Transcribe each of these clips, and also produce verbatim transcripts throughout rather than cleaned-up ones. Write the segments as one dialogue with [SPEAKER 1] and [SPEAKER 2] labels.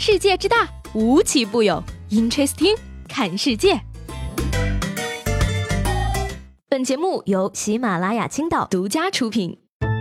[SPEAKER 1] 世界之大，无奇不有。Interesting， 看世界。本节目由喜马拉雅青岛独家出品。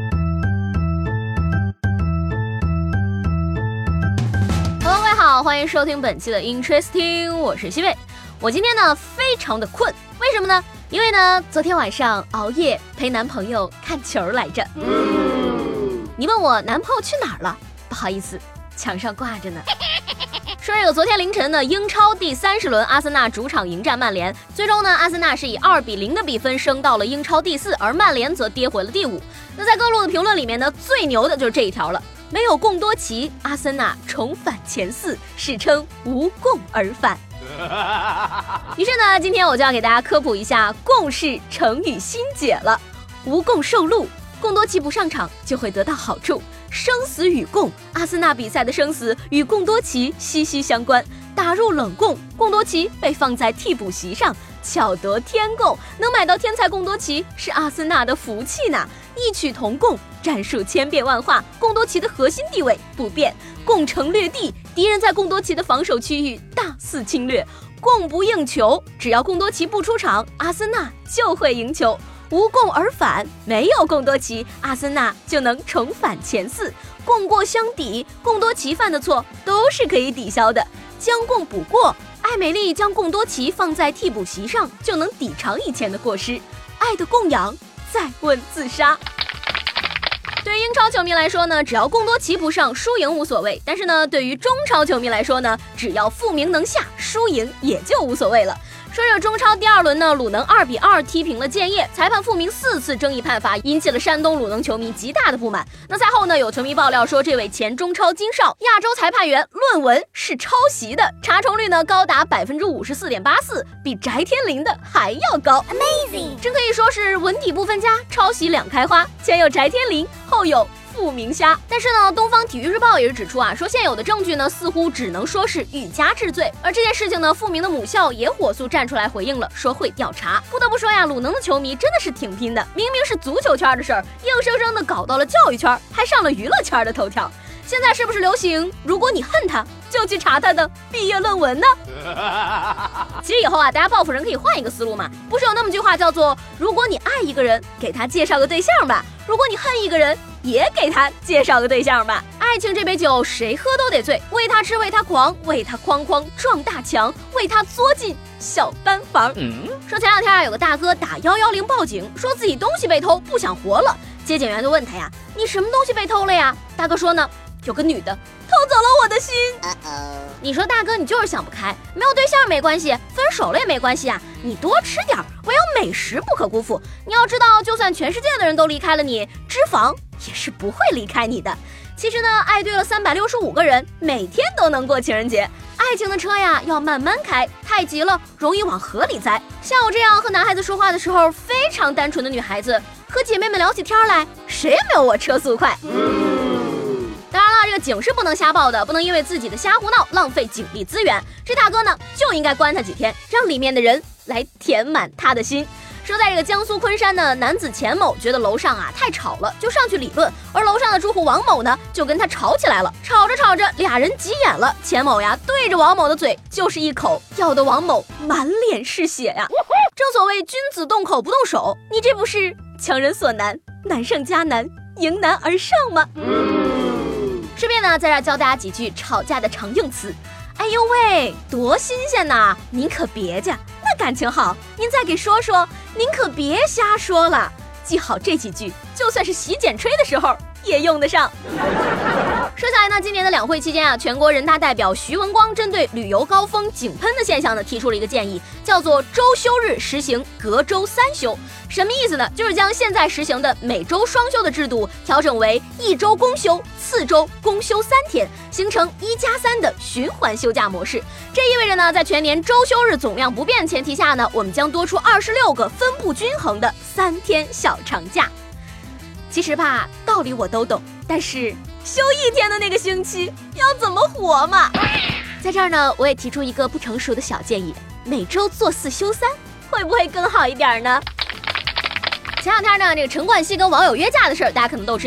[SPEAKER 2] Hello， 各位好，欢迎收听本期的 Interesting， 我是西贝。我今天呢非常的困，为什么呢？因为呢昨天晚上熬夜陪男朋友看球来着。嗯、你问我男朋友去哪儿了？不好意思，墙上挂着呢。说这个昨天凌晨呢，英超第三十轮，阿森纳主场迎战曼联，最终呢，阿森纳是以二比零的比分升到了英超第四，而曼联则跌回了第五。那在各路的评论里面呢，最牛的就是这一条了，没有贡多齐，阿森纳重返前四，史称无贡而返。于是呢，今天我就要给大家科普一下贡是成语新解了，无贡受禄，贡多齐不上场就会得到好处。生死与共，阿森纳比赛的生死与贡多齐息息相关。打入冷贡，贡多齐被放在替补席上，巧得天贡，能买到天才贡多齐是阿森纳的福气呢。异曲同工，战术千变万化，贡多齐的核心地位不变。攻城略地，敌人在贡多齐的防守区域大肆侵略。供不应求，只要贡多齐不出场，阿森纳就会赢球。无贡而返，没有贡多齐，阿森纳就能重返前四。贡过相抵，贡多齐犯的错都是可以抵消的。将贡补过，艾美丽将贡多齐放在替补席上，就能抵偿以前的过失。爱的供养，再问自杀。对于英超球迷来说呢，只要贡多齐不上，输赢无所谓。但是呢，对于中超球迷来说呢，只要富明能下，输赢也就无所谓了。说这中超第二轮呢，鲁能二比二踢平了建业，裁判傅明四次争议判罚，引起了山东鲁能球迷极大的不满。那赛后呢，有球迷爆料说，这位前中超金哨亚洲裁判员论文是抄袭的，查重率呢高达百分之五十四点八四，比翟天临的还要高。Amazing， 真可以说是文体不分家，抄袭两开花，前有翟天临，后有傅明虾。但是呢，东方体育日报也是指出啊，说现有的证据呢，似乎只能说是欲加治罪。而这件事情呢，傅明的母校也火速站出来回应了，说会调查。不得不说呀，鲁能的球迷真的是挺拼的，明明是足球圈的事儿，硬生生的搞到了教育圈，还上了娱乐圈的头条。现在是不是流行，如果你恨他，就去查他的毕业论文呢？其实以后啊，大家报复人可以换一个思路嘛，不是有那么句话叫做，如果你爱一个人，给他介绍个对象吧；如果你恨一个人，也给他介绍个对象吧。爱情这杯酒，谁喝都得醉，为他痴，为他狂，为他哐哐撞大墙，为他作进小单房。嗯、说前两天啊，有个大哥打一一零报警，说自己东西被偷，不想活了。接警员就问他呀，你什么东西被偷了呀？大哥说呢，有个女的偷走了我的心。Uh-oh. 你说大哥，你就是想不开，没有对象没关系，分手了也没关系啊，你多吃点，唯有美食不可辜负。你要知道，就算全世界的人都离开了你，脂肪也是不会离开你的。其实呢，爱对了三百六十五个人，每天都能过情人节。爱情的车呀，要慢慢开，太急了容易往河里栽。像我这样和男孩子说话的时候非常单纯的女孩子，和姐妹们聊起天来，谁也没有我车速快。嗯、当然了，这个警是不能瞎报的，不能因为自己的瞎胡闹浪费警力资源。这大哥呢，就应该关他几天，让里面的人来填满他的心。说在这个江苏昆山呢，男子钱某觉得楼上啊太吵了，就上去理论，而楼上的住户王某呢就跟他吵起来了。吵着吵着，俩人急眼了，钱某呀对着王某的嘴就是一口，要得王某满脸是血呀。正所谓君子动口不动手，你这不是强人所难，难上加难，迎难而上吗？嗯、顺便呢，在这儿教大家几句吵架的常用词。哎呦喂，多新鲜呐！您可别介，那感情好，您再给说说。您可别瞎说了，记好这几句，就算是洗剪吹的时候也用得上。说下来呢，今年的两会期间啊，全国人大代表徐文光针对旅游高峰井喷的现象呢，提出了一个建议，叫做周休日实行隔周三休。什么意思呢？就是将现在实行的每周双休的制度调整为一周公休，次周公休三天，形成一加三的循环休假模式。这意味着呢，在全年周休日总量不变的前提下呢，我们将多出二十六个分布均衡的三天小长假。其实吧，道理我都懂，但是休一天的那个星期要怎么活嘛？在这儿呢，我也提出一个不成熟的小建议，每周做四休三，会不会更好一点呢？前两天呢，这个陈冠希跟网友约架的事儿，大家可能都知道了。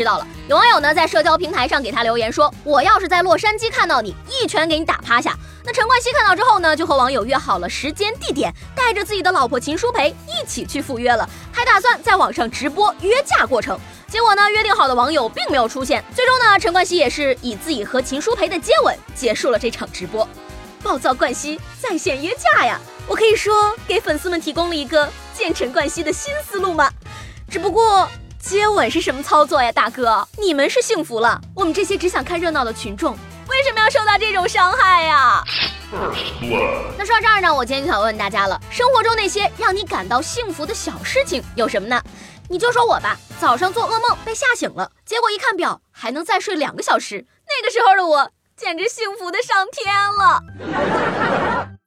[SPEAKER 2] 有网友呢在社交平台上给他留言说，我要是在洛杉矶看到你，一拳给你打趴下。那陈冠希看到之后呢，就和网友约好了时间地点，带着自己的老婆秦舒培一起去赴约了，还打算在网上直播约架过程。结果呢，约定好的网友并没有出现，最终呢，陈冠希也是以自己和秦舒培的接吻结束了这场直播。暴躁冠希在线约架呀，我可以说给粉丝们提供了一个见陈冠希的新思路吗？只不过接吻是什么操作呀，大哥？你们是幸福了，我们这些只想看热闹的群众为什么要受到这种伤害呀？那说到这儿呢，我今天就想问问大家了，生活中那些让你感到幸福的小事情有什么呢？你就说我吧，早上做噩梦被吓醒了，结果一看表还能再睡两个小时，那个时候的我简直幸福的上天了。